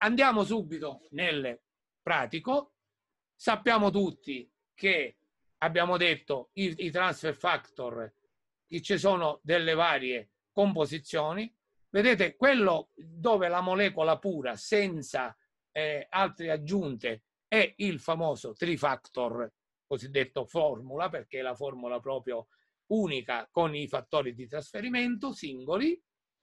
Andiamo subito nel pratico. Sappiamo tutti che abbiamo detto i transfer factor, ci sono delle varie composizioni. Vedete, quello dove la molecola pura senza altre aggiunte è il famoso trifactor, cosiddetto formula, perché è la formula proprio unica con i fattori di trasferimento singoli.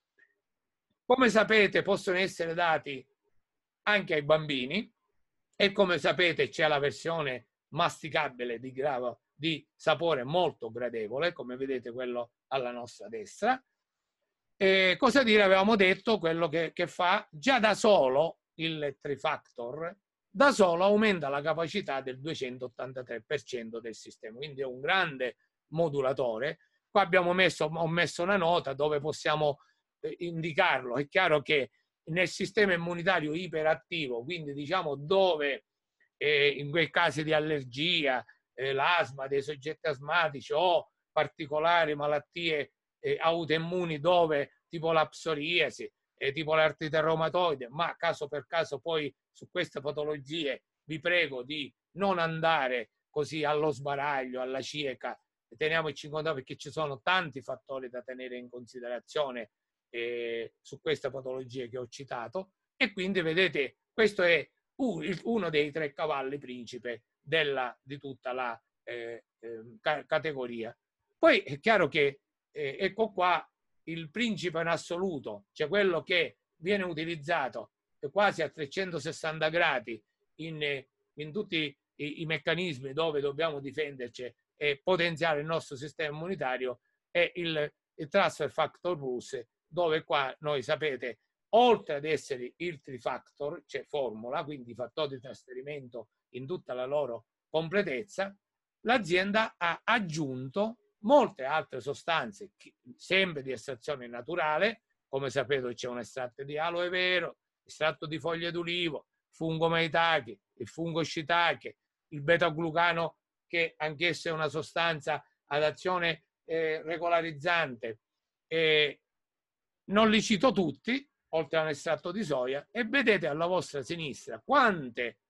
Come sapete possono essere dati anche ai bambini e come sapete c'è la versione masticabile di sapore molto gradevole, come vedete quello alla nostra destra. Cosa dire, avevamo detto quello che fa già da solo il trifactor, da solo aumenta la capacità del 283% del sistema, quindi è un grande modulatore. Qua ho messo una nota dove possiamo indicarlo. È chiaro che nel sistema immunitario iperattivo, quindi diciamo dove in quei casi di allergia, l'asma dei soggetti asmatici o particolari malattie autoimmuni dove tipo la psoriasi, tipo l'artrite reumatoide, ma caso per caso poi su queste patologie vi prego di non andare così allo sbaraglio, alla cieca, teniamoci in conto perché ci sono tanti fattori da tenere in considerazione su queste patologie che ho citato, e quindi vedete questo è uno dei 3 cavalli principe di tutta la categoria. Poi è chiaro che ecco qua il principe in assoluto, cioè quello che viene utilizzato quasi a 360 gradi in tutti i meccanismi dove dobbiamo difenderci e potenziare il nostro sistema immunitario, è il transfer factor plus, dove qua noi sapete, oltre ad essere il trifactor, c'è formula, quindi fattori di trasferimento in tutta la loro completezza, l'azienda ha aggiunto molte altre sostanze, sempre di estrazione naturale. Come sapete c'è un estratto di aloe vera, estratto di foglie d'ulivo, fungo maitake, il fungo shiitake, il beta-glucano, che anch'esso è una sostanza ad azione regolarizzante. Non li cito tutti, oltre a un estratto di soia, e vedete alla vostra sinistra quante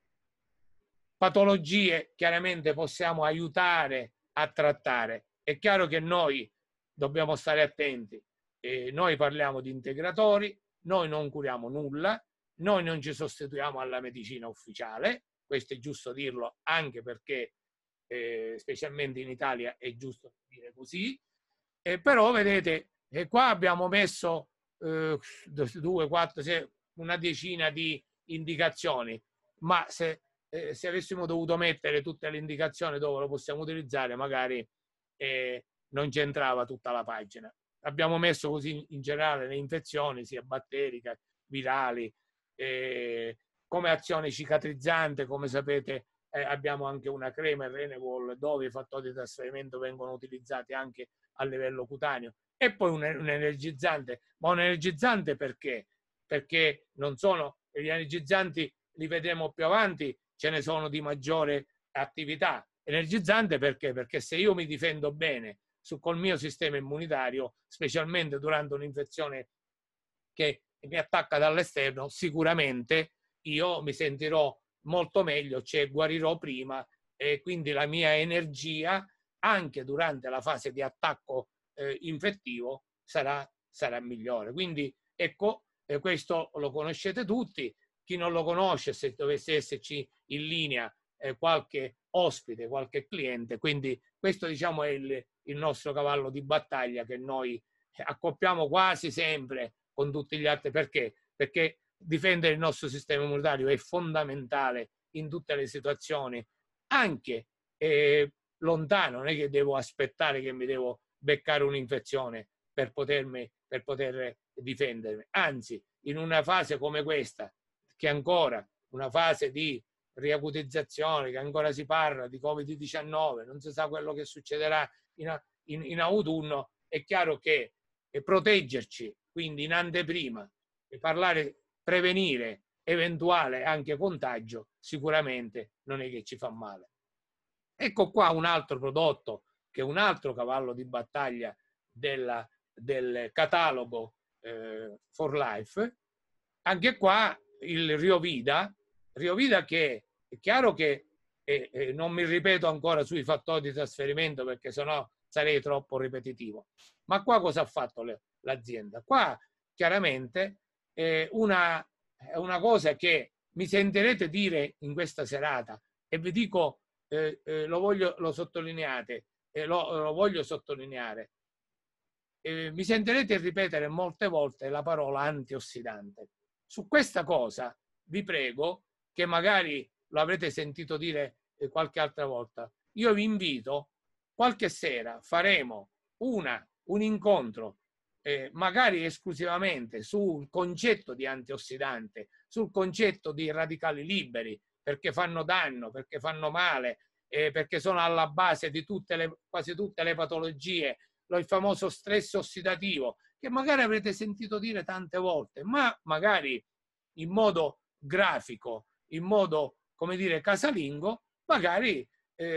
patologie chiaramente possiamo aiutare a trattare. È chiaro che noi dobbiamo stare attenti, noi parliamo di integratori, noi non curiamo nulla, noi non ci sostituiamo alla medicina ufficiale, questo è giusto dirlo anche perché specialmente in Italia è giusto dire così, però vedete qua abbiamo messo 2, 4, 6, una decina di indicazioni, ma se avessimo dovuto mettere tutte le indicazioni dove lo possiamo utilizzare, magari non c'entrava tutta la pagina. Abbiamo messo così in generale le infezioni, sia batteriche, virali, come azione cicatrizzante. Come sapete abbiamo anche una crema Renewal dove i fattori di trasferimento vengono utilizzati anche a livello cutaneo, e poi un energizzante. Ma un energizzante perché? Perché non sono gli energizzanti, li vedremo più avanti, ce ne sono di maggiore attività. Energizzante perché? Perché se io mi difendo bene col mio sistema immunitario, specialmente durante un'infezione che mi attacca dall'esterno, sicuramente io mi sentirò molto meglio, cioè guarirò prima, e quindi la mia energia anche durante la fase di attacco infettivo sarà migliore. Quindi ecco, questo lo conoscete tutti. Chi non lo conosce, se dovesse esserci in linea qualche ospite, qualche cliente, quindi questo diciamo è il nostro cavallo di battaglia che noi accoppiamo quasi sempre con tutti gli altri. Perché? Perché difendere il nostro sistema immunitario è fondamentale in tutte le situazioni, anche lontano. Non è che devo aspettare che mi devo beccare un'infezione per poter difendermi, anzi in una fase come questa, che è ancora una fase di riacutizzazione, che ancora si parla di Covid-19, non si sa quello che succederà in autunno, è chiaro che proteggerci, quindi in anteprima, e prevenire eventuale anche contagio, sicuramente non è che ci fa male. Ecco qua un altro prodotto che è un altro cavallo di battaglia del catalogo For Life. Anche qua il Riovida, che è chiaro che non mi ripeto ancora sui fattori di trasferimento perché sennò sarei troppo ripetitivo. Ma qua cosa ha fatto l'azienda? Qua chiaramente è una cosa che mi sentirete dire in questa serata e vi dico, lo sottolineate, lo voglio sottolineare. Mi sentirete ripetere molte volte la parola antiossidante. Su questa cosa vi prego, che magari lo avrete sentito dire qualche altra volta, io vi invito, qualche sera faremo un incontro magari esclusivamente sul concetto di antiossidante, sul concetto di radicali liberi, perché fanno danno, perché fanno male, perché sono alla base di quasi tutte le patologie, il famoso stress ossidativo, che magari avrete sentito dire tante volte, ma magari in modo grafico, in modo, come dire, casalingo, magari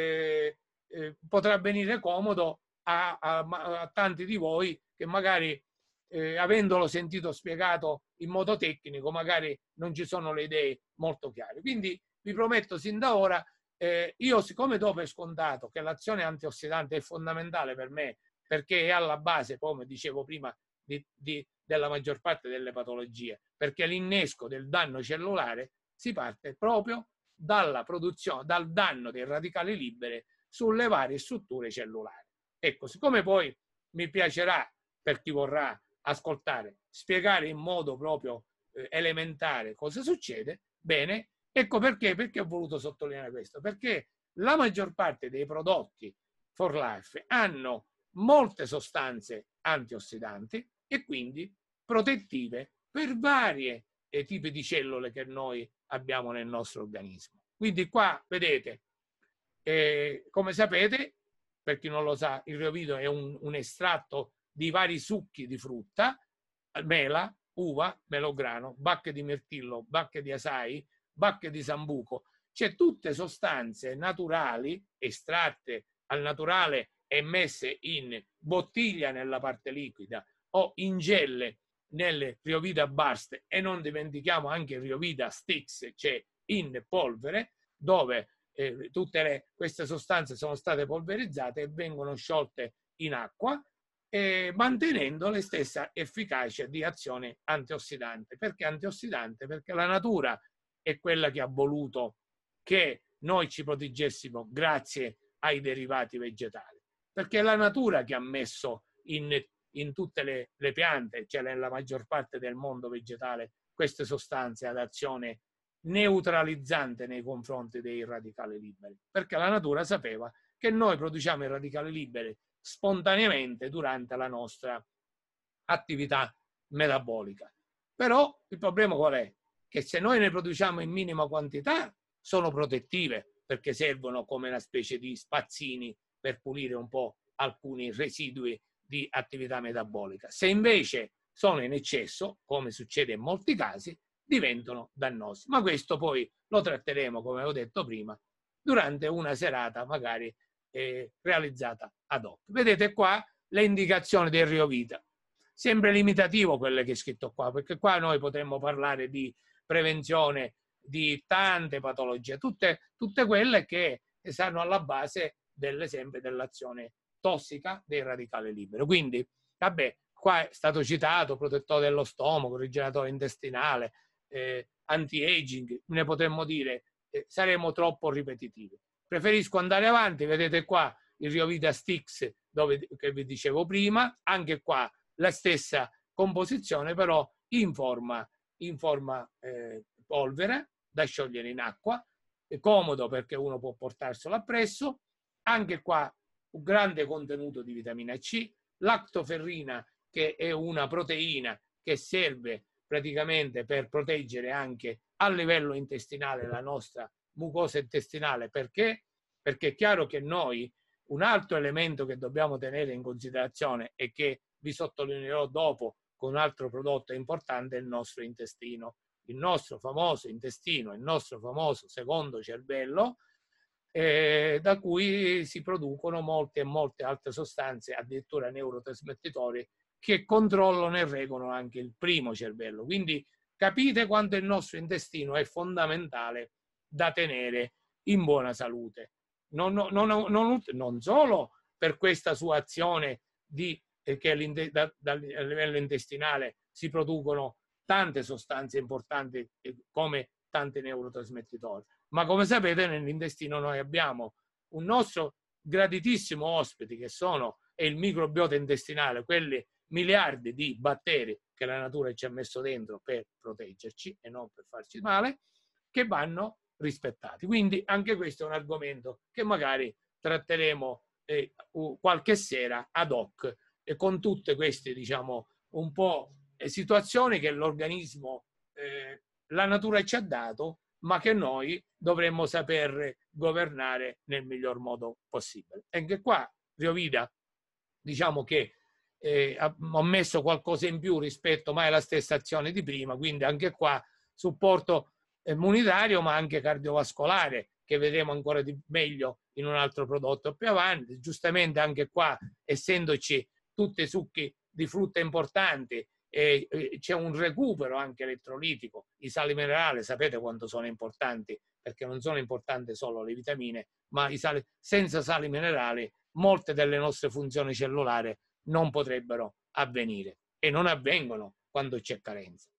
potrà venire comodo a tanti di voi che magari, avendolo sentito spiegato in modo tecnico, magari non ci sono le idee molto chiare. Quindi vi prometto sin da ora, io siccome do per scontato che l'azione antiossidante è fondamentale per me, perché è alla base, come dicevo prima, della maggior parte delle patologie, perché l'innesco del danno cellulare si parte proprio dalla produzione, dal danno dei radicali liberi sulle varie strutture cellulari. Ecco, siccome poi mi piacerà, per chi vorrà ascoltare, spiegare in modo proprio elementare cosa succede, bene, ecco perché ho voluto sottolineare questo, perché la maggior parte dei prodotti For Life hanno molte sostanze antiossidanti e quindi protettive per varie tipi di cellule che noi abbiamo nel nostro organismo. Quindi qua vedete, come sapete, per chi non lo sa, il Riovida è un estratto di vari succhi di frutta, mela, uva, melograno, bacche di mirtillo, bacche di açaí, bacche di sambuco, cioè tutte sostanze naturali estratte al naturale e messe in bottiglia nella parte liquida o in gelle nel Riovida Burst, e non dimentichiamo anche il Riovida Sticks, cioè in polvere, dove tutte queste sostanze sono state polverizzate e vengono sciolte in acqua, mantenendo la stessa efficacia di azione antiossidante. Perché antiossidante? Perché la natura è quella che ha voluto che noi ci proteggessimo grazie ai derivati vegetali, perché è la natura che ha messo in tutte le piante, cioè nella maggior parte del mondo vegetale, queste sostanze ad azione neutralizzante nei confronti dei radicali liberi, perché la natura sapeva che noi produciamo i radicali liberi spontaneamente durante la nostra attività metabolica. Però il problema qual è? Che se noi ne produciamo in minima quantità sono protettive, perché servono come una specie di spazzini per pulire un po' alcuni residui di attività metabolica. Se invece sono in eccesso, come succede in molti casi, diventano dannosi. Ma questo poi lo tratteremo, come ho detto prima, durante una serata magari realizzata ad hoc. Vedete qua le indicazioni del Riovida. Sempre limitativo quello che è scritto qua, perché qua noi potremmo parlare di prevenzione di tante patologie, tutte quelle che stanno alla base sempre dell'azione tossica dei radicali liberi. Quindi, vabbè, qua è stato citato protettore dello stomaco, rigeneratore intestinale, anti-aging, ne potremmo dire, saremo troppo ripetitivi. Preferisco andare avanti, vedete qua il Riovida Sticks, che vi dicevo prima, anche qua la stessa composizione, però in forma polvere da sciogliere in acqua, è comodo perché uno può portarselo appresso, anche qua un grande contenuto di vitamina C, lactoferrina, che è una proteina che serve praticamente per proteggere anche a livello intestinale la nostra mucosa intestinale. Perché? Perché è chiaro che noi, un altro elemento che dobbiamo tenere in considerazione e che vi sottolineerò dopo con un altro prodotto importante, è il nostro intestino, il nostro famoso intestino, il nostro famoso secondo cervello, da cui si producono molte e molte altre sostanze, addirittura neurotrasmettitori, che controllano e regolano anche il primo cervello. Quindi capite quanto il nostro intestino è fondamentale da tenere in buona salute. Non solo per questa sua azione che a livello intestinale si producono tante sostanze importanti come tanti neurotrasmettitori, ma come sapete nell'intestino noi abbiamo un nostro graditissimo ospite che è il microbiota intestinale, quelli miliardi di batteri che la natura ci ha messo dentro per proteggerci e non per farci male, che vanno rispettati. Quindi anche questo è un argomento che magari tratteremo qualche sera ad hoc con tutte queste, diciamo, un po' situazioni che l'organismo, la natura ci ha dato, ma che noi dovremmo saper governare nel miglior modo possibile. E anche qua, Rio Vida, diciamo che ho messo qualcosa in più rispetto mai alla stessa azione di prima, quindi anche qua supporto immunitario ma anche cardiovascolare, che vedremo ancora di meglio in un altro prodotto più avanti. Giustamente anche qua, essendoci tutti i succhi di frutta importanti, c'è un recupero anche elettrolitico. I sali minerali sapete quanto sono importanti, perché non sono importanti solo le vitamine, ma senza sali minerali molte delle nostre funzioni cellulari non potrebbero avvenire e non avvengono quando c'è carenza.